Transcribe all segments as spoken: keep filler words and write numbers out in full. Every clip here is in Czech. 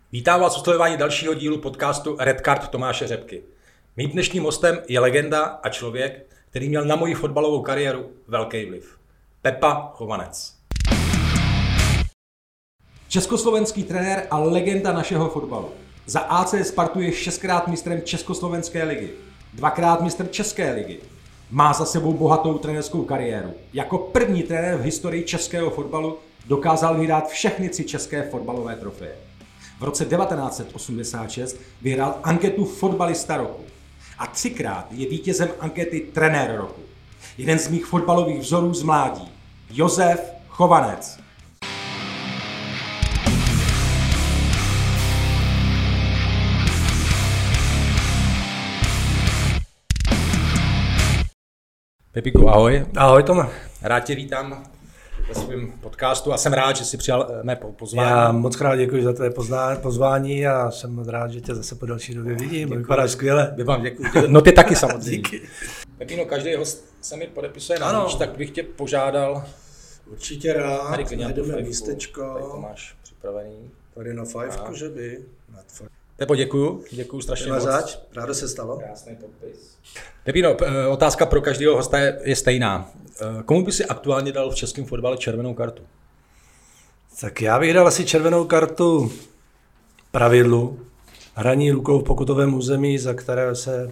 Vítám vás u sledování dalšího dílu podcastu Red Card Tomáše Řepky. Mým dnešním hostem je legenda a člověk, který měl na moji fotbalovou kariéru velký vliv. Pepa Chovanec. Československý trenér a legenda našeho fotbalu. Za A C Spartu je šestkrát mistrem Československé ligy, dvakrát mistr České ligy. Má za sebou bohatou trenérskou kariéru. Jako první trenér v historii českého fotbalu dokázal vyhrát všechny tři české fotbalové trofeje. V roce devatenáct set osmdesát šest vyhrál anketu Fotbalista roku a třikrát je vítězem ankety Trenér roku. Jeden z mých fotbalových vzorů z mládí, Josef Chovanec. Pepiku, ahoj. Ahoj, Tome. Rád tě vítám ve svém podcastu a jsem rád, že jsi přijal mé pozvání. Já moc krát děkuji za tvé pozvání a jsem moc rád, že tě zase po další době vidím. Vypadáš skvěle. My vám děkuji. No ty taky samozřejmě. Díky. Pepino, každý host se mi podepisuje na míč, tak bych tě požádal. Určitě rád, najdeme místečko. Tady to máš připravený. Tady na fajfku, že by. Pepo, děkuju. Děkuju strašně moc. Zač, rádo se stalo. Krásný podpis. Pepino, otázka pro každého hosta je, je stejná. Komu by si aktuálně dal v českém fotbale červenou kartu? Tak já bych dal asi červenou kartu pravidlu. Hraní rukou v pokutovém území, za které se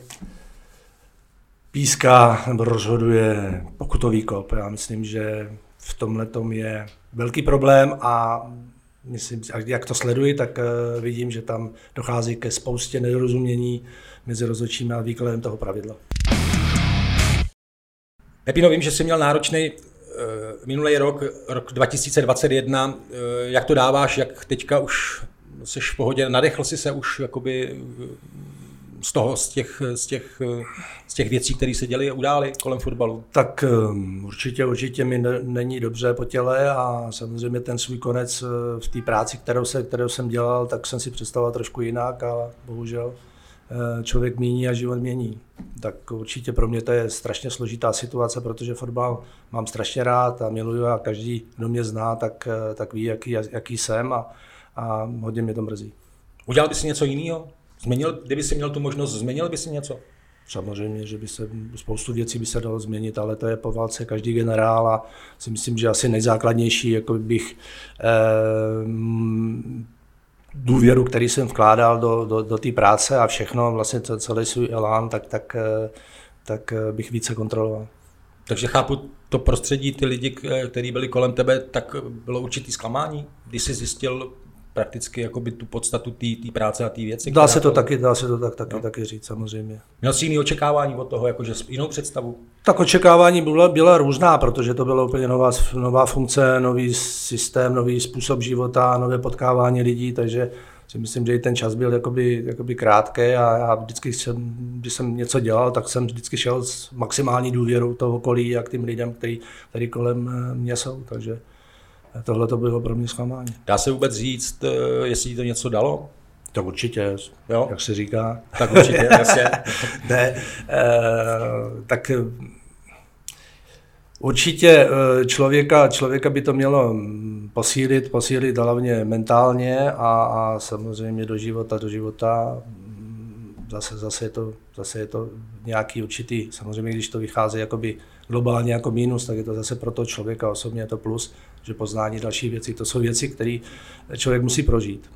píská nebo rozhoduje pokutový kop. Já myslím, že v tomhletom je velký problém a myslím, jak to sleduji, tak vidím, že tam dochází ke spoustě nedorozumění mezi rozhodčím a výkladem toho pravidla. Pepino, vím, že jsi měl náročný uh, minulý rok, rok dva tisíce dvacet jedna. Uh, jak to dáváš, jak teďka už jsi v pohodě, nadechl jsi se už jakoby z toho, z těch, z těch, z těch věcí, které se děly a udály kolem fotbalu? Tak um, určitě, určitě mi ne, není dobře po těle a samozřejmě ten svůj konec v té práci, kterou, se, kterou jsem dělal, tak jsem si představoval trošku jinak a bohužel člověk mění a život mění. Tak určitě pro mě to je strašně složitá situace, protože fotbal mám strašně rád a miluju a každý, kdo mě zná, tak, tak ví, jaký, jaký jsem a, a hodně mě to mrzí. Udělal bys si něco jiného? Změnil, kdyby si měl tu možnost, změnil by si něco? Samozřejmě, že by se spoustu věcí by se dalo změnit, ale to je po válce každý generál a si myslím, že asi nejzákladnější, jako bych eh, důvěru, který jsem vkládal do, do, do té práce a všechno, vlastně celý svůj elán, tak, tak, tak bych více kontroloval. Takže chápu to prostředí, ty lidi, kteří byli kolem tebe, tak bylo určitý zklamání, když jsi zjistil prakticky jakoby tu podstatu té práce a té věci. Dá se to taky, dá se to tak, taky, no. taky říct, samozřejmě. Měl jsi jiný očekávání od toho, jakože jinou představu? Tak očekávání byla, byla různá, protože to byla úplně nová, nová funkce, nový systém, nový způsob života, nové potkávání lidí, takže si myslím, že i ten čas byl jakoby, jakoby krátký a já vždycky jsem, když jsem něco dělal, tak jsem vždycky šel s maximální důvěrou toho okolí a k těm lidem, který, který kolem mě jsou, takže tohle to bylo pro mě zklamání. Dá se vůbec říct, jestli to něco dalo? Tak určitě, jo? Jak se říká. Tak určitě, jasně. Ne, eh, tak určitě člověka, člověka by to mělo posílit, posílit hlavně mentálně a, a samozřejmě do života, do života. Zase, zase, je to, zase je to nějaký určitý, samozřejmě když to vychází jakoby globálně jako mínus, tak je to zase pro toho člověka osobně je to plus, že poznání další věcí, to jsou věci, které člověk musí prožít.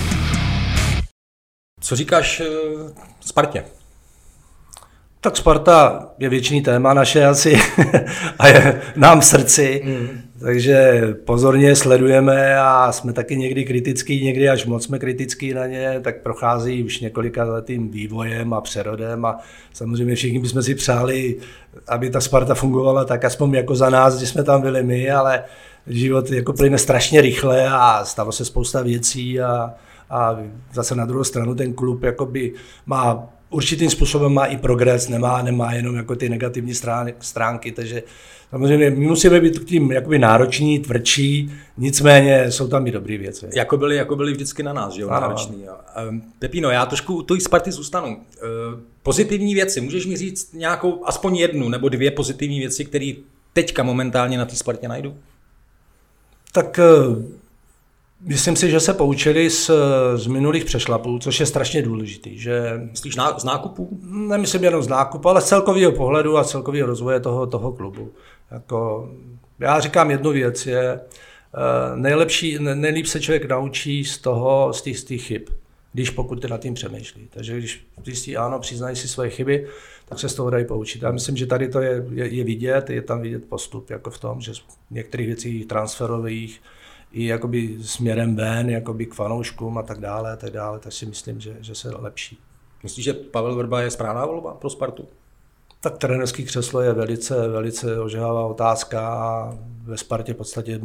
Co říkáš Spartě? Tak Sparta je věčný téma naše asi a je nám v srdci, mm. takže pozorně sledujeme a jsme taky někdy kritický, někdy až moc jsme kritický na ně, tak prochází už několika letým vývojem a přerodem a samozřejmě všichni bychom si přáli, aby ta Sparta fungovala tak aspoň jako za nás, když jsme tam byli my, ale život jako plyne strašně rychle a stalo se spousta věcí a, a zase na druhou stranu ten klub jakoby má určitým způsobem má i progres, nemá, nemá jenom jako ty negativní stránky, stránky, takže samozřejmě my musíme být tím jakoby nároční, tvrdší, nicméně jsou tam i dobré věci. Jako byli, jako byli vždycky na nás, že jo, nároční. Jo. Pepino, já trošku u té Sparty zůstanu. Pozitivní věci, můžeš mi říct nějakou, aspoň jednu nebo dvě pozitivní věci, které teďka momentálně na té Spartě najdu? Tak Myslím si, že se poučili z, z minulých přešlapů, což je strašně důležitý. Že... Myslíš ná, z nákupů? Nemyslím jenom z nákupu, ale z celkového pohledu a celkového rozvoje toho, toho klubu. Jako, já říkám jednu věc, je nejlepší, nejlíp se člověk naučí z toho, z těch, z těch chyb, když pokud ty nad tím přemýšlí. Takže když zjistí, ano, přiznají si svoje chyby, tak se z toho dají poučit. Já myslím, že tady to je, je, je vidět, je tam vidět postup jako v tom, že v některých věcích transferových i jakoby směrem ven, jakoby k fanouškům a tak dále, a tak dále, tak si myslím, že, že se lepší. Myslíš, že Pavel Vrba je správná volba pro Spartu? Tak trenérský křeslo je velice, velice ožehavá otázka a ve Spartě v podstatě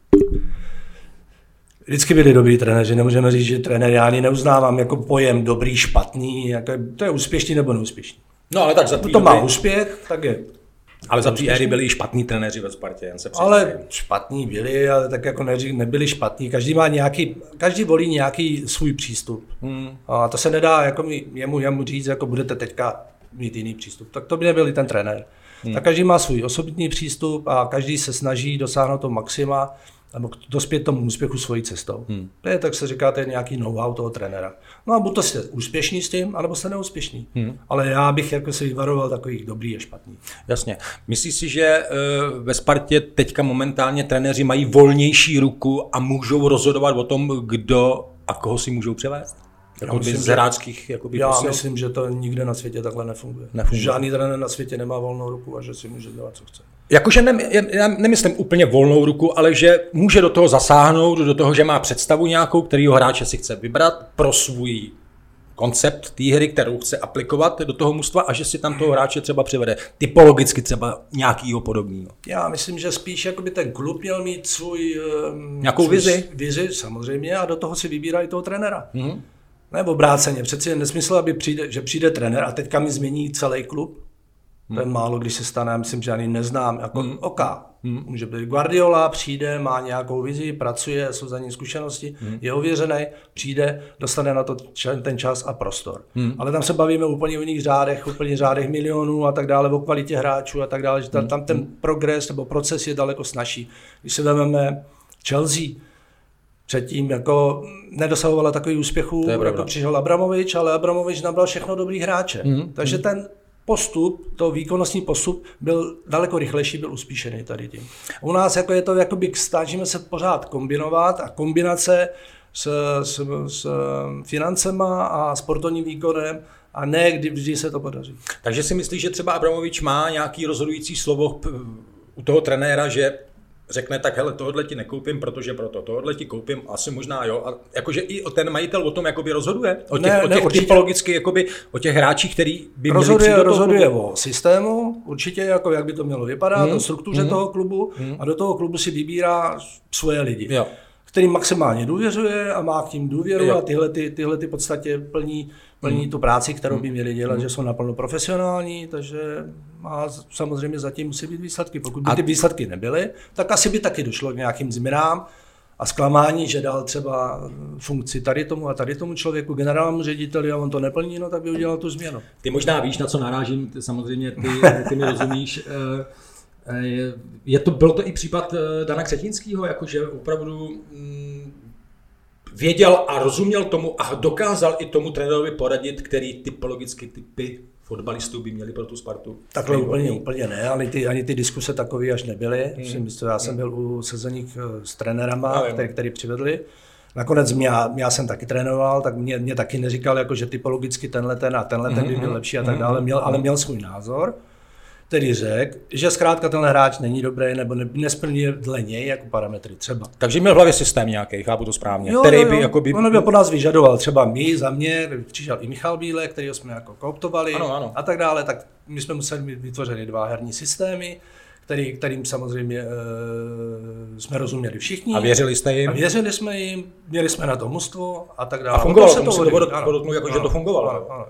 vždycky byli dobrý trenéři, nemůžeme říct, že trenér, já ani neuznávám jako pojem dobrý, špatný, jako to je úspěšný nebo neúspěšný. No ale tak za to má úspěch, tak je. Ale za té éry byli i špatní trenéři ve Spartě, jen se přiznají. Ale špatní byli, ale tak jako nebyli špatní. Každý má nějaký, každý volí nějaký svůj přístup. Hmm. A to se nedá jako jemu, jemu říct, jako budete teďka mít jiný přístup. Tak to by nebyl i ten trenér. Hmm. Tak každý má svůj osobní přístup a každý se snaží dosáhnout to maxima nebo dospět tomu úspěchu svojí cestou. Hmm. To je, tak se říká, to je nějaký know-how toho trenéra. No a buď to jste úspěšný s tím, anebo jste neúspěšný. Hmm. Ale já bych jako se vyvaroval takových dobrý a špatný. Jasně. Myslíš si, že ve Spartě teďka momentálně trenéři mají volnější ruku a můžou rozhodovat o tom, kdo a koho si můžou převést? Jako myslím, z hráčských, jakoby, já posil? myslím, že to nikde na světě takhle nefunguje. nefunguje. Žádný trenér na světě nemá volnou ruku a že si může dělat, co chce. Jakože ne, já nemyslím úplně volnou ruku, ale že může do toho zasáhnout, do toho, že má představu nějakou, kterýho hráče si chce vybrat pro svůj koncept té hry, kterou chce aplikovat do toho mužstva a že si tam toho hráče třeba přivede typologicky třeba nějakýho podobného. Já myslím, že spíš jakoby ten klub měl mít svůj... Nějakou svůj vizi? Vizi, samozřejmě, a do toho si vybírá i toho trenéra. Mm-hmm. Nebo obráceně, přeci je nesmysl, aby přijde, že přijde trenér a teďka mi změní celý klub. Hmm. To je málo, když se stane, já myslím, že ani neznám, jako hmm. oka. Hmm. Může být Guardiola, přijde, má nějakou vizi, pracuje, jsou za ní zkušenosti, hmm. je ověřený, přijde, dostane na to ten čas a prostor. Hmm. Ale tam se bavíme úplně o jiných řádech, úplně řádech milionů a tak dále, o kvalitě hráčů a tak dále, že tam, tam ten progres nebo proces je daleko snazší. Když se vezmeme Chelsea, předtím jako nedosahovala takový úspěchů, jako přišel Abramovič, ale Abramovič nabral všechno dobrý hráče. Mm, Takže mm. ten postup, to výkonnostní postup byl daleko rychlejší, byl uspíšený tady tím. U nás jako je to, jakoby snažíme se pořád kombinovat a kombinace s, s, s financema a sportovním výkonem a ne kdy vždy se to podaří. Takže si myslíš, že třeba Abramovič má nějaký rozhodující slovo u toho trenéra, že řekne tak, hele, tohle ti nekoupím, protože proto, tohle ti koupím, asi možná jo. A jakože i ten majitel o tom jakoby rozhoduje? O těch, ne, o těch ne, typologicky, jakoby, o těch hráčích, který by rozhoduje, měli přijít do toho rozhoduje klubu? O systému, určitě, jako jak by to mělo vypadat, hmm. o struktuře hmm. toho klubu hmm. a do toho klubu si vybírá svoje lidi, jo. kterým maximálně důvěřuje a má k tím důvěru jo. a tyhle, ty, tyhle ty podstatě plní, plní hmm. tu práci, kterou by měli dělat, hmm. že jsou naplno profesionální, takže a samozřejmě zatím musí být výsledky. Pokud by ty výsledky nebyly, tak asi by taky došlo k nějakým změnám a zklamání, že dal třeba funkci tady tomu a tady tomu člověku, generálnímu řediteli a on to neplní, no tak by udělal tu změnu. Ty možná víš, na co narážím, ty, samozřejmě ty, ty mi rozumíš. Je to, byl to i případ Dana Křetínského, jakože opravdu věděl a rozuměl tomu a dokázal i tomu trenérovi poradit, který typologicky typy fotbalistů by měli pro tu Spartu. Takhle úplně, úplně ne, ani ty, ani ty diskuse takové až nebyly. Hmm. Já jsem byl u sezených s trenérama, no, který, který přivedli. Nakonec mě, já jsem taky trénoval, tak mě, mě taky neříkal, jako, že typologicky tenhle ten a tenhle ten by byl lepší a tak dále, měl, ale měl svůj názor, který řekl, že zkrátka tenhle hráč není dobrý nebo ne, nesplňuje dle něj jako parametry třeba. Takže měl v hlavě systém nějaký, chápu to správně. Jo, který jo, jo. by jako by... On by po nás vyžadoval třeba my, za mě, přišel i Michal Bílek, kterýho jsme jako kooptovali ano, ano. a tak dále, tak my jsme museli mít vytvořeny dva herní systémy, který, kterým samozřejmě e, jsme rozuměli všichni. A věřili jste jim? A věřili jsme jim, měli jsme na to mužstvo a tak dále. A fungovalo, to musím to podotknout, jako, že to fungovalo. Ano, ano.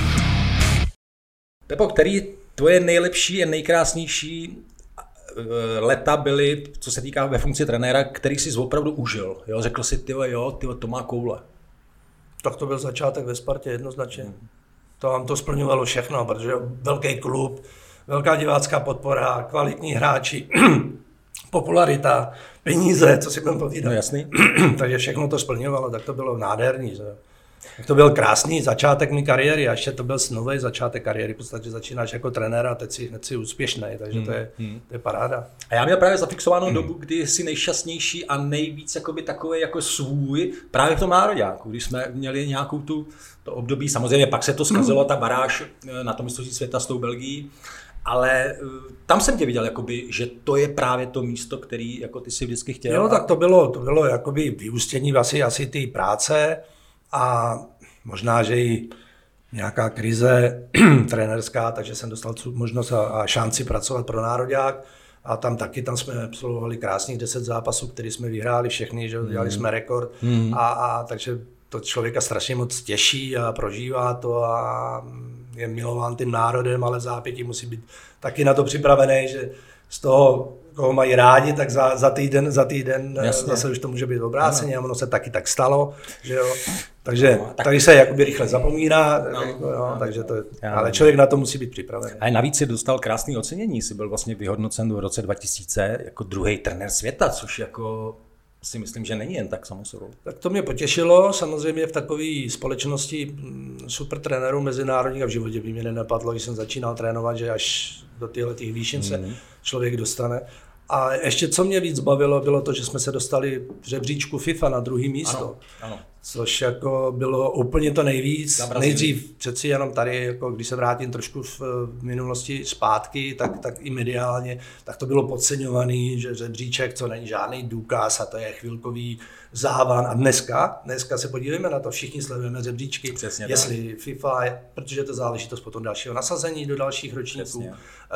Pepo, který tvoje nejlepší a nejkrásnější leta byly, co se týká ve funkci trenéra, který jsi opravdu užil? Jo? Řekl si, tyjo, jo, tyjo, to má koule. Tak to byl začátek ve Spartě jednoznačně. Hmm. To vám to splňovalo všechno, protože velký klub, velká divácká podpora, kvalitní hráči, popularita, peníze, co si budeme povídat. No jasný. Takže všechno to splňovalo, tak to bylo nádherný. Že? Tak to byl krásný začátek mé kariéry a ještě to byl nový začátek kariéry, v podstatě začínáš jako trenér a teď si, teď si úspěšný, takže to je, hmm. to je paráda. A já měl právě zafixovanou hmm. dobu, kdy jsi nejšťastnější a nejvíc jakoby takový jako svůj, právě v tom nároďáku, když jsme měli nějakou tu to období, samozřejmě pak se to zkazilo, ta baráž na tom mistrovství světa s tou Belgií, ale tam jsem tě viděl, jakoby, že to je právě to místo, který jako ty si vždycky chtěl. Jo, tak to bylo, to bylo jakoby vyústění asi, asi té práce a možná, že i nějaká krize trenérská, takže jsem dostal možnost a, a šanci pracovat pro nároďák a tam taky, tam jsme absolvovali krásných deset zápasů, které jsme vyhráli všechny, že dělali jsme rekord mm. a, a takže to člověka strašně moc těší a prožívá to a je milován tím národem, ale v zápětí musí být taky na to připravený, že z toho, koho mají rádi, tak za, za týden, za týden zase už to může být obráceně a ono se taky tak stalo, že jo. Takže no, tak... tady se jakoby rychle zapomíná, no, jako, jo, no, takže to, já, ale člověk na to musí být připravený. A navíc si dostal krásný ocenění, jsi byl vlastně vyhodnocen v roce dva tisíce jako druhý trenér světa, což jako si myslím, že není jen tak samosobou. Tak to mě potěšilo, samozřejmě v takové společnosti super trenérů mezinárodních a v životě by mě nenapadlo, když jsem začínal trénovat, že až do těchto těch výšin se mm. člověk dostane. A ještě co mě víc bavilo, bylo to, že jsme se dostali v žebříčku FIFA na druhé místo. Ano, ano. Což jako bylo úplně to nejvíc. Nejdřív přeci jenom tady, jako když se vrátím trošku v minulosti zpátky, tak, tak i mediálně, tak to bylo podceňovaný, že žebříček, co není žádný důkaz a to je chvilkový závan. A dneska, dneska se podívejme na to, všichni sledujeme žebříčky, přesně jestli tak. FIFA, protože to je záležitost potom dalšího nasazení do dalších ročníků. Přesně.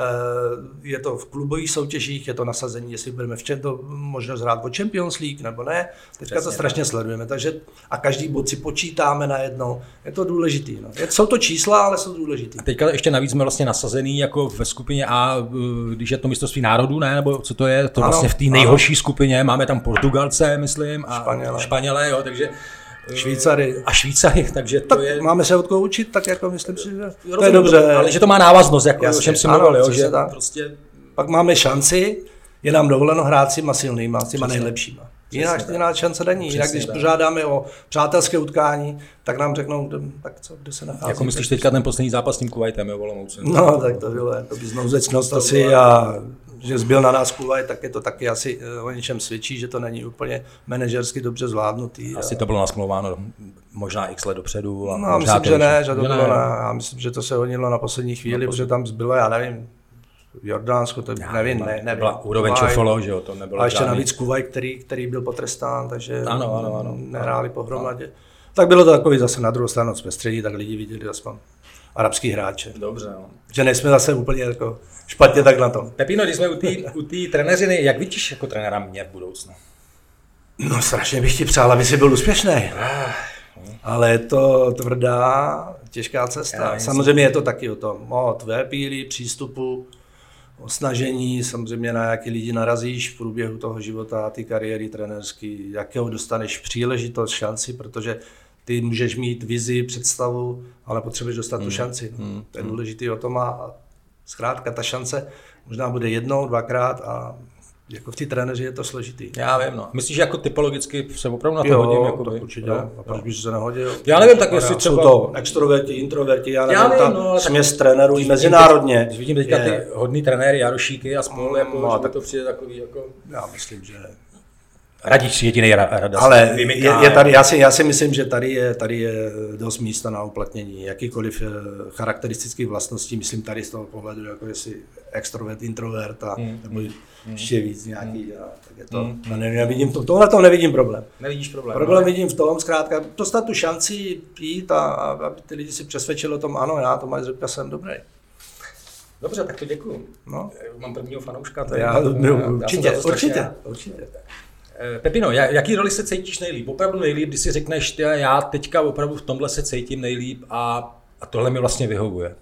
Je to v klubových soutěžích, je to nasazení, jestli budeme v to možnost hrát o Champions League nebo ne. Teďka Přesně, to strašně tak. sledujeme, takže a každý bod si počítáme najednou. Je to důležitý. No. Jsou to čísla, ale jsou důležitý. A teďka ještě navíc jsme vlastně nasazený jako ve skupině A, když je to mistrovství národů, ne? Nebo co to je? To ano, vlastně v té nejhorší ano. skupině. Máme tam Portugalce, myslím, a Španělé, Španělé jo, takže Švýcary. A Švýcary, takže to tak je... máme se od koho učit, tak jako myslím si, že to to je dobře. Ale že to má návaznost, jako Jasně, o čem si ano, mluvil, jo, že prostě... Pak máme šanci, je nám dovoleno hrát s těma silnýma, s těma nejlepšíma. Jinak, jinak šance není. Jinak když tak. požádáme o přátelské utkání, tak nám řeknou, tak co, kde se nachází. Jako myslíš teďka ten poslední zápas s tím Kuwaitem, jo, Olomouci? No, tak to bylo, to by znouzecnost asi a že zbyl na nás Kuwait, tak je to taky asi o něčem svědčí, že to není úplně manažersky dobře zvládnutý. Asi a... to bylo nasmlouváno možná x let dopředu. A no, myslím, že ne, že to bylo na, já myslím, že to se honilo na poslední chvíli, no, protože tam zbylo, já nevím, v Jordánsku, to já, nevím, ne, nevím. Byla úroveň čofolo, že jo, to nebylo a ještě žádný... navíc Kuwait, který, který byl potrestán, takže ano, ano, ano, nehráli pohromadě. Ano. Tak bylo to takový zase na druhou stranu zpestření, tak lidi viděli aspoň arabský hráče. Dobře, no. Že nejsme zase úplně jako špatně tak na tom. Pepino, když jsme u té trenéřiny, jak vidíš jako trenéra mě v budoucnu? No strašně bych ti přál, aby jsi byl úspěšný. Ale je to tvrdá, těžká cesta. Samozřejmě je to taky o tom, o tvé píli, přístupu, o snažení, samozřejmě na jaký lidi narazíš v průběhu toho života, ty kariéry trenérský, jakého dostaneš příležitost, šanci, protože ty můžeš mít vizi, představu, ale potřebuješ dostat hmm. tu šanci. Hmm. To je důležitý o tom a zkrátka ta šance možná bude jednou, dvakrát a jako v té trenéři je to složitý. Já vím, no. Myslíš, že jako typologicky se opravdu na to jo, hodím? Jako tak určitě. Jo, a proč bys se nehodil? Já nevím, tak jestli třeba... Jsou to extroverti, introverti, já nevím, já nevím, tam no, směs trenérů i mezinárodně. Když vidím teďka ty hodný trenéry, Jarošíky a spolu, jako, no, že tak to přijde takový jako... Já myslím, že... Radíš jedinej rada. Ale je, je tady, já, si, já si myslím, že tady je, tady je dost místa na uplatnění jakýkoliv charakteristických vlastností, myslím tady z toho pohledu, jako jestli extrovert, introvert a hmm. nebo hmm. ještě víc nějaký, hmm. a, tak je to, hmm. no, nevím, já vidím to, tohle to nevidím problém. Nevidíš problém. Problém ne? vidím v tom, zkrátka, dostat tu šanci jít a, a aby ty lidi si přesvědčili o tom, ano, já Tomáš Řepka jsem dobrý. Dobře, tak to děkuju. No. Mám prvního fanouška. Já, já, já, určitě, já určitě, určitě. Pepino, jaký roli se cítíš nejlíp? Opravdu nejlíp, když si řekneš, ty, já teďka opravdu v tomhle se cítím nejlíp a, a tohle mi vlastně vyhovuje.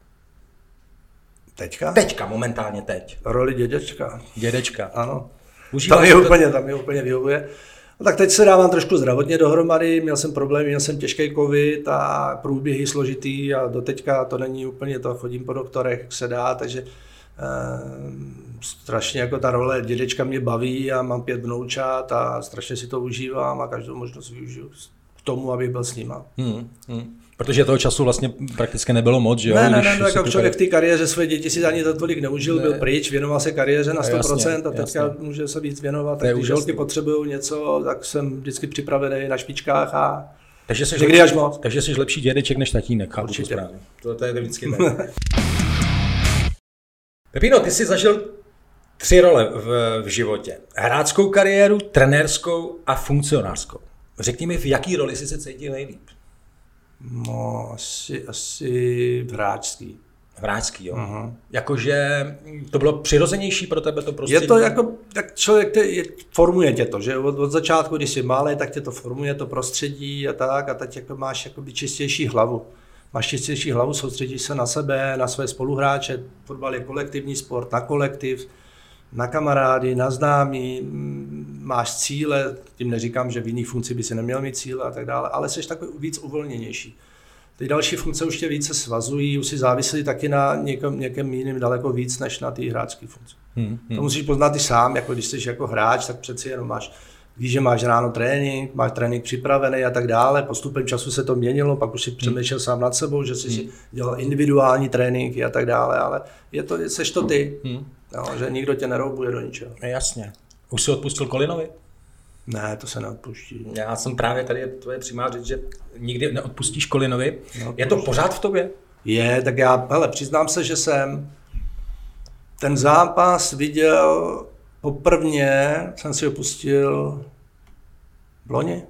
Teďka? Teďka, momentálně teď. Roli dědečka. Dědečka. Ano. Užíváš tam je to... úplně, tam je úplně vyhovuje. No, tak teď se dávám trošku zdravotně dohromady, měl jsem problém, měl jsem těžký covid a průběhy složitý a doteďka to není úplně to, chodím po doktorech, jak se dá, takže strašně jako ta role dědečka mě baví a mám pět vnoučat a strašně si to užívám a každou možnost využiju k tomu, abych byl s nima. Hmm, hmm. Protože toho času vlastně prakticky nebylo moc, že jo? Ne, ne, ne, ne jako člověk v té kariéře své děti si ani to tolik neužil, ne. Byl pryč, věnoval se kariéře na sto procent jasně, a teďka jasně. Může se víc věnovat. Tak když holky potřebují něco, tak jsem vždycky připravený na špičkách a takže jsi, lepší, až moc. Takže jsi lepší dědeček než tatínek. Určitě. To, to je vždycky tak. Pepino, ty jsi zažil tři role v, v životě. Hráčskou kariéru, trenérskou a funkcionářskou. Řekni mi, v jaký roli jsi se cítil nejlíp? No, asi, asi hráčský. Hráčský, jo. Uh-huh. Jakože to bylo přirozenější pro tebe to prostředí? Je to jako, tak člověk te, je, formuje tě to, že od, od začátku, když jsi malý, tak tě to formuje, to prostředí a tak a teď jako máš jakoby čistější hlavu. Máš čistější hlavu, soustředíš se na sebe, na své spoluhráče, fotbal je kolektivní sport, na kolektiv, na kamarády, na známí, máš cíle, tím neříkám, že v jiných funkci by si neměl mít cíle a tak dále, ale jsi takový víc uvolněnější. Ty další funkce už tě více svazují, už si závislí taky na někom, někém jiným daleko víc, než na té hráčské funkci. Hmm, hmm. To musíš poznat i sám, jako když jsi jako hráč, tak přeci jenom máš, víš, že máš ráno trénink, máš trénink připravený a tak dále, postupem času se to měnilo, pak už si přemýšlel sám nad sebou, že jsi hmm. si dělal individuální tréninky a tak dále, ale je to, seš to ty, hmm. no, že nikdo tě neroubuje do ničeho. Jasně. Už jsi odpustil Kolinovi? Ne, to se neodpuští. Já jsem právě tady, to je přímá řeč, že nikdy neodpustíš Kolinovi. No, je to pořád v tobě? Je, tak já, hele, přiznám se, že jsem ten zápas viděl poprvně, jsem si ho pustil v loni.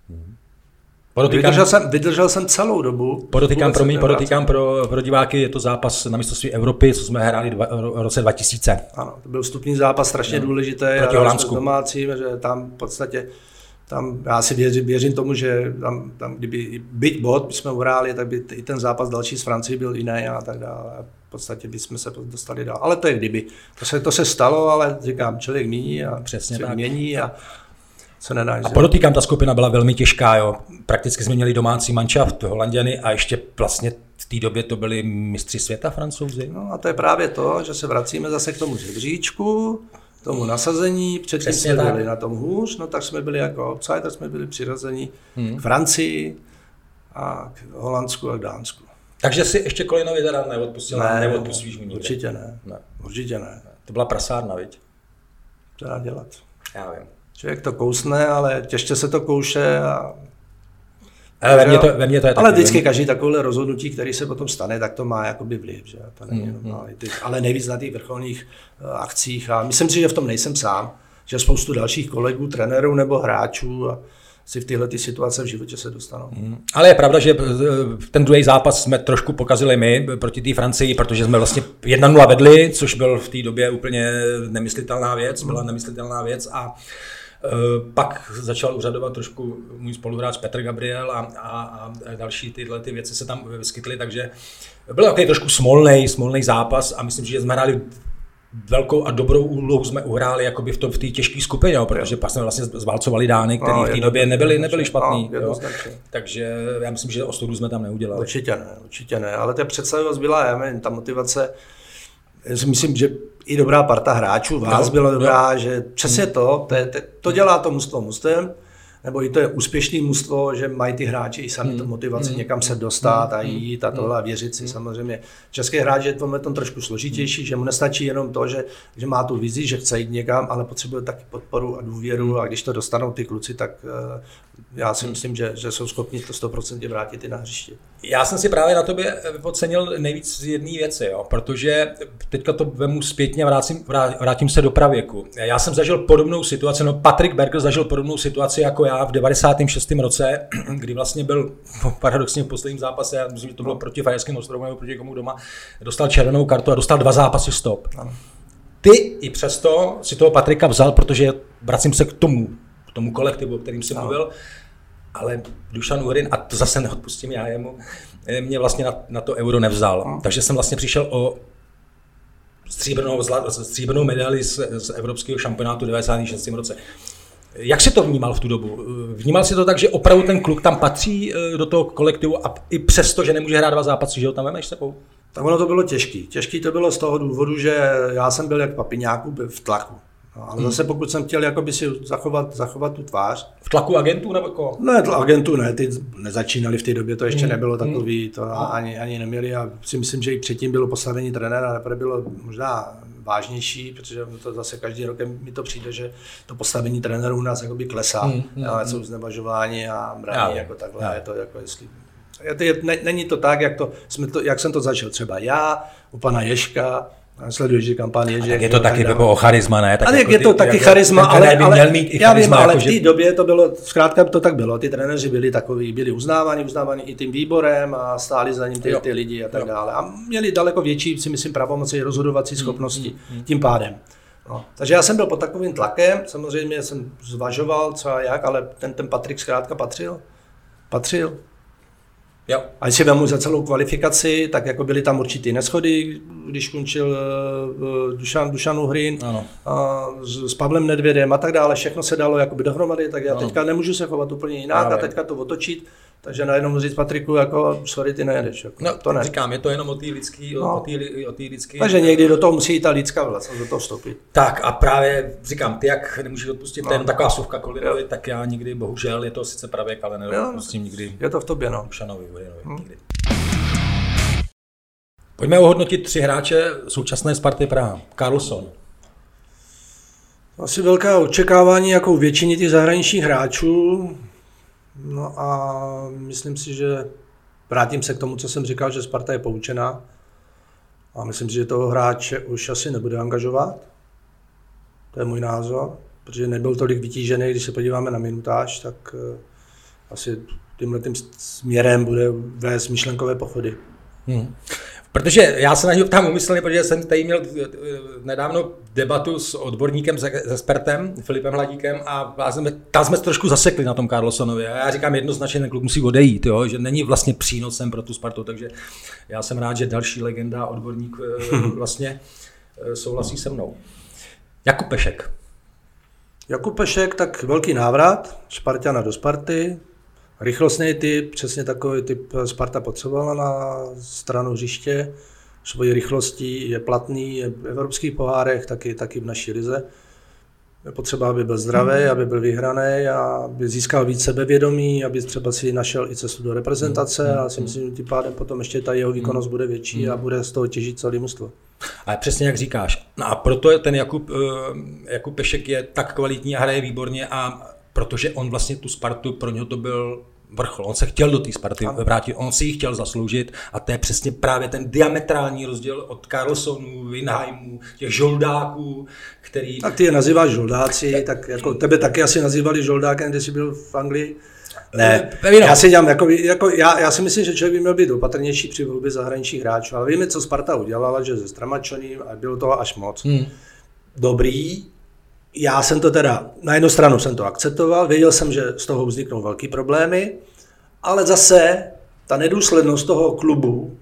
Vydržel jsem, vydržel jsem celou dobu. Podotýkám, pro mě, podotýkám pro, pro diváky, je to zápas na mistrovství Evropy, co jsme hráli dva, v roce dva tisíce. Ano, to byl vstupní zápas, strašně no. důležitý. Proti Holandsku. Domácím, že tam v podstatě, tam, já si věřím, věřím tomu, že tam, tam kdyby byť bod jsme uhráli, tak by i ten zápas další s Francií byl jiný a tak dále. V podstatě bychom se dostali dál. Ale to je kdyby. To se, to se stalo, ale říkám, člověk mění a přesně tak. mění a co nedáš. A podotýkám, ta skupina byla velmi těžká, jo. Prakticky jsme měli domácí manšaft, Holanděny a ještě vlastně v té době to byli mistři světa Francouzi. No a to je právě to, že se vracíme zase k tomu žebříčku, tomu nasazení, předtím jsme tak. byli na tom hůř, no tak jsme byli jako outsider, jsme byli přirazení hmm. k Francii a k Holandsku a k Dánsku. Takže si ještě Kolinovi teda neodpustil, ne, neodpustíš mu nikde? Určitě ne. ne. Určitě ne. To byla prasárna, viď? Co dá dělat? Já vím. Člověk to kousne, ale těžce se to kouše a... Ale ve mně to, ve mně to je ale taky, vždycky každý takové rozhodnutí, který se potom stane, tak to má jakoby vliv, že? To není mm, normální. Mm. Ale nejvíc na těch vrcholných uh, akcích a myslím si, že v tom nejsem sám, že spoustu dalších kolegů, trenérů nebo hráčů a si v téhle ty situace v životě se dostanou. Mm. Ale je pravda, že ten druhý zápas jsme trošku pokazili my proti té Francii, protože jsme vlastně jedna nula vedli, což byl v té době úplně nemyslitelná věc, byla nemyslitelná věc a Uh, pak začal úřadovat trošku můj spoluhráč Petr Gabriel a, a, a další tyhle ty věci se tam vyskytly, takže byl takový trošku smolnej, smolnej zápas a myslím, že jsme hráli velkou a dobrou úlohu jsme uhráli jakoby v, v té těžké skupině, jo, protože jo. pak jsme vlastně zválcovali Dány, který no, v té době nebyli, nebyli špatný. No, takže já myslím, že ostudu jsme tam neudělali. Určitě ne, určitě ne, ale ta představivost byla, já nevím, ta motivace, myslím, že i dobrá parta hráčů, vás no, byla dobrá, no. že přesně to, to, to, to dělá to mužstvo mužstvem, nebo i to je úspěšný mužstvo, že mají ty hráči i sami mm. tu motivaci mm. někam se dostat a jít a tohle a věřit si. Mm. Samozřejmě český hráč je v tom trošku složitější, že mu nestačí jenom to, že, že má tu vizi, že chce jít někam, ale potřebuje taky podporu a důvěru a když to dostanou ty kluci, tak uh, já si myslím, že, že jsou schopni to sto procent vrátit i na hřiště. Já jsem si právě na tobě ocenil nejvíc z jedné věci, jo, protože teďka to vemu zpětně a vrátím, vrátím se do pravěku. Já jsem zažil podobnou situaci, no Patrik Berger zažil podobnou situaci jako já v devadesátém šestém roce, kdy vlastně byl paradoxně v posledním zápase, já myslím, že to bylo proti Fajerským ostrovům nebo proti komu doma, dostal červenou kartu a dostal dva zápasy stop. Ano. Ty i přesto si toho Patrika vzal, protože vracím se k tomu, k tomu kolektivu, o kterým jsem mluvil, ale Dušan Urin, a to zase neodpustím já jemu, mě vlastně na, na to euro nevzal. No. Takže jsem vlastně přišel o stříbrnou, stříbrnou medaili z, z evropského šampionátu v devadesátém šestém roce. Jak jsi to vnímal v tu dobu? Vnímal jsi to tak, že opravdu ten kluk tam patří do toho kolektivu a i přesto, že nemůže hrát dva zápasy, že ho tam vemeš sebou? Tak ono to bylo těžký. Těžký to bylo z toho důvodu, že já jsem byl jak papiňáku v tlaku. No, ale zase pokud jsem chtěl jakoby si zachovat, zachovat tu tvář. V tlaku agentů nebo koho? Ne, agentů ne, ty nezačínali v té době, to ještě hmm. nebylo takový, to ani, ani neměli a si myslím, že i předtím bylo postavení trenéra, ale bylo možná vážnější, protože to zase každý rok mi to přijde, že to postavení trenérů u nás jakoby klesá, hmm. Hmm. jsou znevažováni a braní jako takhle, já. Je to jako jestli... Není to tak, jak, to, jsme to, jak jsem to začal třeba já, u pana Ježka, sleduješ, že kampaň Ježek. Tak je to taky jako o charisma, ne? Tak ale jako je to ty, taky jako, charisma, ale, by ale měl mít i já charisma, vím, ale jako, v té že... době to bylo, zkrátka to tak bylo, ty trenéři byli takový, byli uznáváni, uznáváni i tím výborem a stáli za ním ty, ty lidi a tak jo. dále. A měli daleko větší, si myslím, pravomoci rozhodovací schopnosti hmm, hmm, tím pádem. No. Takže já jsem byl pod takovým tlakem, samozřejmě jsem zvažoval, co a jak, ale ten, ten Patrik zkrátka patřil. Patřil. Jo. A když si vemu za celou kvalifikaci, tak jako byly tam určitý neschody, když končil uh, Dušan, Dušan Uhrin a s, s Pavlem Nedvědem a tak dále, všechno se dalo jakoby dohromady, tak já ano. teďka nemůžu se chovat úplně jinak ano, a teďka to otočit, takže najednou říct Patriku, jako sorry, ty nejedeš. Jako, no, to ne. Říkám, je to jenom o té lidský, no. o té, o té lidský. Takže někdy do toho musí ta lidská vlastně do toho vstoupit. Tak a právě říkám, ty jak nemůžeš odpustit, no. to je jenom taková suvka Kolinovi, tak já nikdy, bohužel, je to sice pravěk, ale neodpustím nikdy. Je to v tobě, no. Dušanovi, Uhrinovi, hmm. nikdy. Pojďme ohodnotit tři hráče současné Sparty Praha. Karlsson. Asi velká očekávání jako u většiny těch zahraničních hráčů. No a myslím si, že vrátím se k tomu, co jsem říkal, že Sparta je poučená. A myslím si, že toho hráče už asi nebude angažovat. To je můj názor, protože nebyl tolik vytížený, když se podíváme na minutáž, tak asi tímhletým směrem bude vést myšlenkové pochody. Hmm. Protože já se na něj ptám umyslně, protože jsem tady měl nedávno debatu s odborníkem, se, se Spertem, Filipem Hladíkem a jsme, tam jsme trošku zasekli na tom Karlssonovi. A já říkám jednoznačně, ten kluk musí odejít, jo, že není vlastně přínosem pro tu Spartu, takže já jsem rád, že další legenda, odborník vlastně souhlasí se mnou. Jakub Pešek. Jakub Pešek, tak velký návrat, Spartana do Sparty. Rychlostný typ, přesně takový typ Sparta potřebovala na stranu hřiště. Svojí rychlostí je platný, je v evropských pohárech, taky, taky v naší lize. Je potřeba, aby byl zdravý, aby byl vyhraný, aby získal víc sebevědomí, aby třeba si našel i cestu do reprezentace a si myslím, že tím pádem potom ještě ta jeho výkonnost bude větší a bude z toho těžit celý mužstvo. Ale přesně jak říkáš. No a proto ten Jakub, Jakub Pešek je tak kvalitní a hraje výborně a protože on vlastně tu Spartu, pro něho to byl vrchol. On se chtěl do té Sparty vrátit, on si ji chtěl zasloužit a to je přesně právě ten diametrální rozdíl od Karlssonů, Winheimů, těch žoldáků, který... Tak ty je nazýváš žoldáci, tak jako tebe taky asi nazývali žoldákem, když jsi byl v Anglii. Ne, já si dělám, jako, jako já, já si myslím, že člověk by měl být opatrnější při volbě zahraničních hráčů, ale víme, co Sparta udělala, že se Stramačoným a bylo toho až moc. Hmm. Dobrý. Já jsem to teda, na jednu stranu jsem to akceptoval, věděl jsem, že z toho vzniknou velký problémy, ale zase ta nedůslednost toho klubu,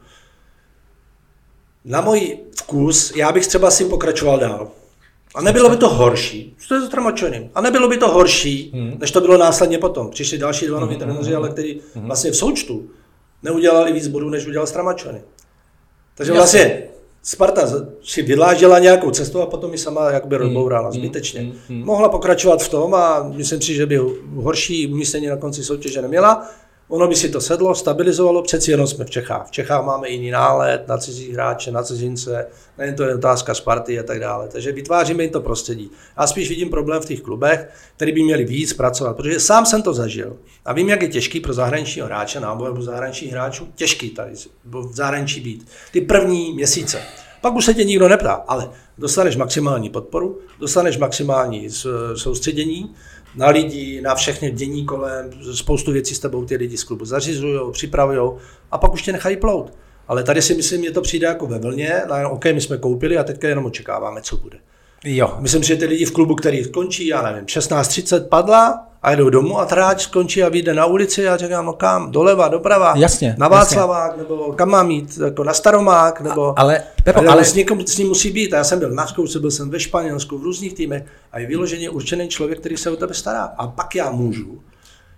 na můj vkus, já bych třeba si pokračoval dál. A nebylo by to horší, to je s Tramačoným, a nebylo by to horší, hmm. než to bylo následně potom. Přišli další dva noví trenéři, ale kteří hmm. vlastně v součtu neudělali víc bodů, než udělal Stramačony. Takže vlastně Sparta si vydláždila nějakou cestu a potom ji sama jakoby rozbourala zbytečně. Mm, mm, mm. Mohla pokračovat v tom a myslím si, že by horší umístění na konci soutěže neměla. Ono by si to sedlo, stabilizovalo, přeci jenom jsme v Čechách. V Čechách máme jiný nálet na cizí hráče, na cizince, nejen to je otázka Sparty a tak dále. Takže vytváříme jim to prostředí. Já spíš vidím problém v těch klubech, který by měli víc pracovat, protože sám jsem to zažil. A vím, jak je těžký pro zahraničního hráče, nábor zahraničních hráčů, těžký tady v zahraničí být. Ty první měsíce. Pak už se tě nikdo neptá, ale dostaneš maximální podporu, dostaneš maximální soustředění na lidi, na všechny dění kolem, spoustu věcí s tebou ty lidi z klubu zařizují, připravují a pak už tě nechají plout. Ale tady si myslím, že to přijde jako ve vlně, no, OK, my jsme koupili a teďka jenom očekáváme, co bude. Jo. Myslím, že ty lidi v klubu, který skončí, já nevím, šestnáct třicet padla a jedou domů a hráč skončí a vyjde na ulici a říkám, no kam, doleva, doprava, jasně, na Václavák, jasně. Nebo kam mám jít, jako na Staromák, nebo... A, ale, Pepo, ale, ale... S, někým, s ním musí být. A já jsem byl na zkoušce, byl jsem ve Španělsku, v různých týmech a je vyloženě určený člověk, který se o tebe stará. A pak já můžu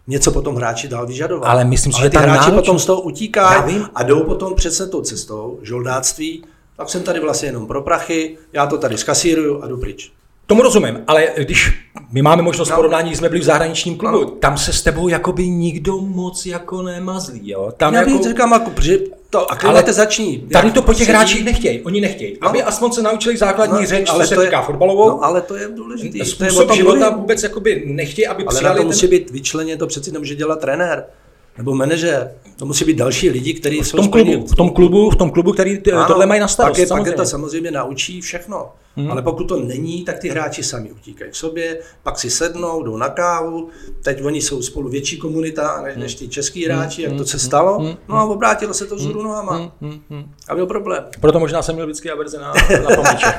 něco potom hráči dál vyžadovat. Ale myslím si, Ale že ty ta hráči náročnost- potom z toho utíkají Já a jdou potom přesně tou cestou žoldáctví, tak jsem tady vlastně jenom pro prachy, já to tady skasíruju a jdu pryč. Tomu rozumím, ale když my máme možnost No. porovnání, když jsme byli v zahraničním klubu, No. tam se s tebou jakoby nikdo moc jako nemazlí, jo? Tam Já jako... jako... říkám, jako, protože to aklimatizační. Tady to po těch sedí- hráčích nechtějí, oni nechtějí, No. aby aspoň se naučili základní No, řeč, ale co se to je- týká fotbalovou. No, ale to je důležité. To je o Způsob tom života mluvím. vůbec jakoby nechtějí, aby Ale na přijali to ten... musí být vyčleněn, to přeci nemůže dělat trenér nebo manažer. To musí být další lidi, kteří v tom klubu, v tom klubu, v tom klubu, který t- tohle mají na starost, pak je, samozřejmě. pak je to samozřejmě naučí všechno. Hmm. Ale pokud to není, tak ty hráči sami utíkají k sobě, pak si sednou, jdou na kávu, teď oni jsou spolu větší komunita než, než ty český hráči, jak to se stalo, no a obrátilo se to vzhůru nohama. A byl problém. Proto možná jsem měl vždycky averze na, na pomeče.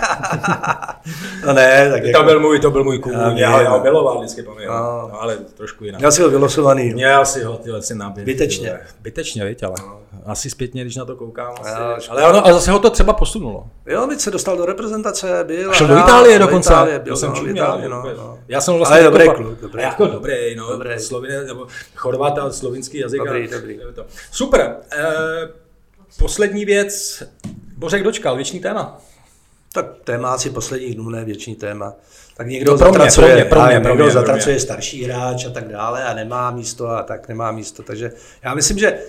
No ne, tak To byl můj, to byl můj klub, já, já, já ho miloval vždycky pomeče, No. no, ale trošku jinak. Měl si ho vylosovaný. Měl si ho, tyhle si nabít. Zbytečně. Bytečně, viď, ale asi zpětně, když na to koukám. Asi. Jo, Ale ono, a zase ho to třeba posunulo. Jo, teď se dostal do reprezentace, byl. A šel do hrál, Itálie do dokonce. Itálie, byl, To jsem no, čuměl, Itálie, no, no, no. Já jsem vlastně Ale dobrý jako- kluk, dobrý. Jako dobrý, no. Dobrý. Slovine, nebo Chorvat a slovinský jazyk. Dobrý, a, dobrý. To. Super. E, poslední věc. Bořek dočkal, věčný téma. Tak téma asi posledních dnů, ne věčný téma. Tak někdo No pro mě, zatracuje, pro mě, pro mě, a pro někdo mě, pro zatracuje mě. starší hráč a tak dále a nemá místo a tak nemá místo. Takže já myslím, že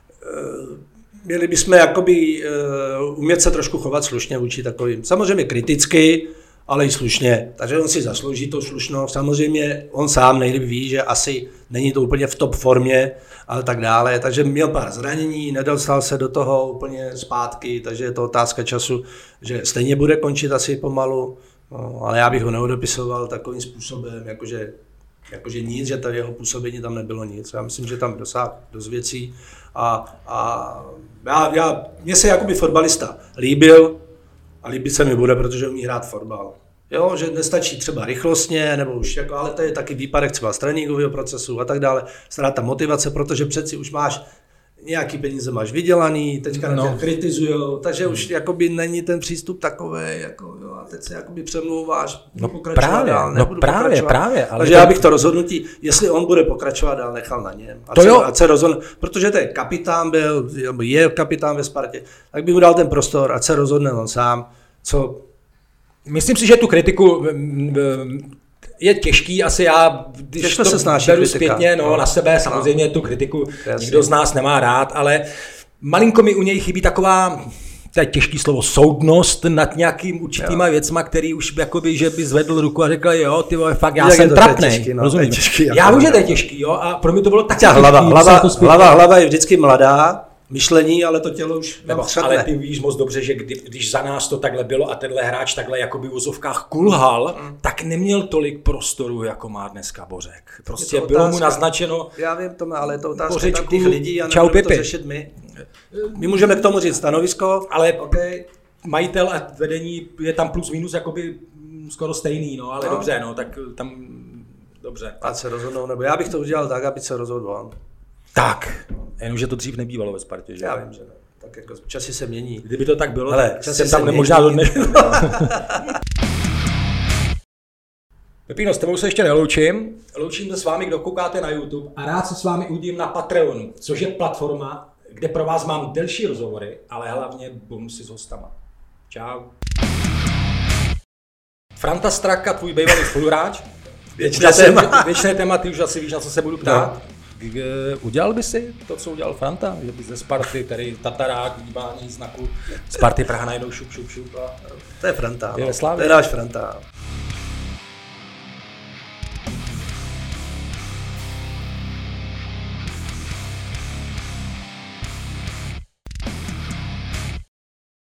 uh, měli bychom jakoby uh, umět se trošku chovat slušně vůči takovým. Samozřejmě kriticky, ale i slušně. Takže on si zaslouží to slušnost. Samozřejmě on sám nejlíp ví, že asi není to úplně v top formě, ale tak dále. Takže měl pár zranění, nedostal se do toho úplně zpátky, takže je to otázka času, že stejně bude končit asi pomalu, no, ale já bych ho neodepisoval takovým způsobem, jakože, jakože nic, že to jeho působení tam nebylo nic. Já myslím, že tam dosáhl dost věcí a, a já, já, mně se jakoby fotbalista líbil a líbit se mi bude, protože umí hrát fotbal. Jo, že nestačí třeba rychlostně, nebo už jako, ale to je taky výpadek třeba z tréninkového procesu a tak dále. Ztráta motivace, protože přeci už máš nějaký peníze máš vydělaný, teďka No. na tě kritizujou, takže už jakoby není ten přístup takový, jako, jo, a teď se jakoby přemlouváš, No pokračovat právě, dál, no nebudu právě, pokračovat. právě, ale Takže to- já bych to rozhodnutí, jestli on bude pokračovat dál, nechal na něm. Ať To se, jo. ať se rozhodne, protože to je kapitán byl, nebo je kapitán ve Spartě, tak bych mu dal ten prostor, ať se rozhodne on sám, co. Myslím si, že tu kritiku mm, mm, je těžký, asi já, když Těžko to se snáší beru kritika. zpětně, no, No. na sebe, samozřejmě tu kritiku Jasně. nikdo z nás nemá rád, ale malinko mi u něj chybí taková, to je těžký slovo, soudnost nad nějakým určitýma věcma, který už jakoby, že by zvedl ruku a řekl, jo, ty vole, fakt já Jak je jsem to, to je trapnej, těžký, no, to je rozumím. těžký, jako Já vím, že no. to je těžký, jo, a pro mě to bylo tak Tě, hlava, těžký, hlava, co to zpětně- hlava, hlava je vždycky mladá, myšlení, ale to tělo už Nebo, vám třetne. ale ty víš moc dobře, že kdy, když za nás to takhle bylo a tenhle hráč takhle jakoby v úzovkách kulhal, mm. tak neměl tolik prostoru, jako má dneska Bořek. Prostě to bylo mu otázka. naznačeno, Já vím, Tome, ale je to otázka Bořečku, tam těch lidí a čau, nebudeme to Pipi. řešit my. My můžeme k tomu říct stanovisko, ale okay. majitel a vedení je tam plus minus jakoby mm, skoro stejný, no, ale No. dobře, no, tak tam dobře. ať se rozhodnou, nebo já bych to udělal tak, aby se rozhodl on. Tak, jenomže to dřív nebývalo ve Spartě, že? Já vím, že ne. Tak jako časy se mění. Kdyby to tak bylo, Hele, tak časy jsem se tam mění. možná do dneška. Pepino, s tebou se ještě neloučím. Loučím se s vámi, kdo koukáte na YouTube a rád se s vámi uvidím na Patreonu, což je platforma, kde pro vás mám delší rozhovory, ale hlavně bonusy s hostama. Čau. Franta Straka, tvůj bývalý spoluhráč. Věčné Už asi- téma. Věčné téma, ty už asi víš, na co se budu ptát. K- Udělal by si to, co udělal Franta? Že by ze Sparty, který Tatarák, dívání znaku Sparty Praha najednou šup, šup, šup a To je Franta. Je no. ve Slavii. To je náš Franta.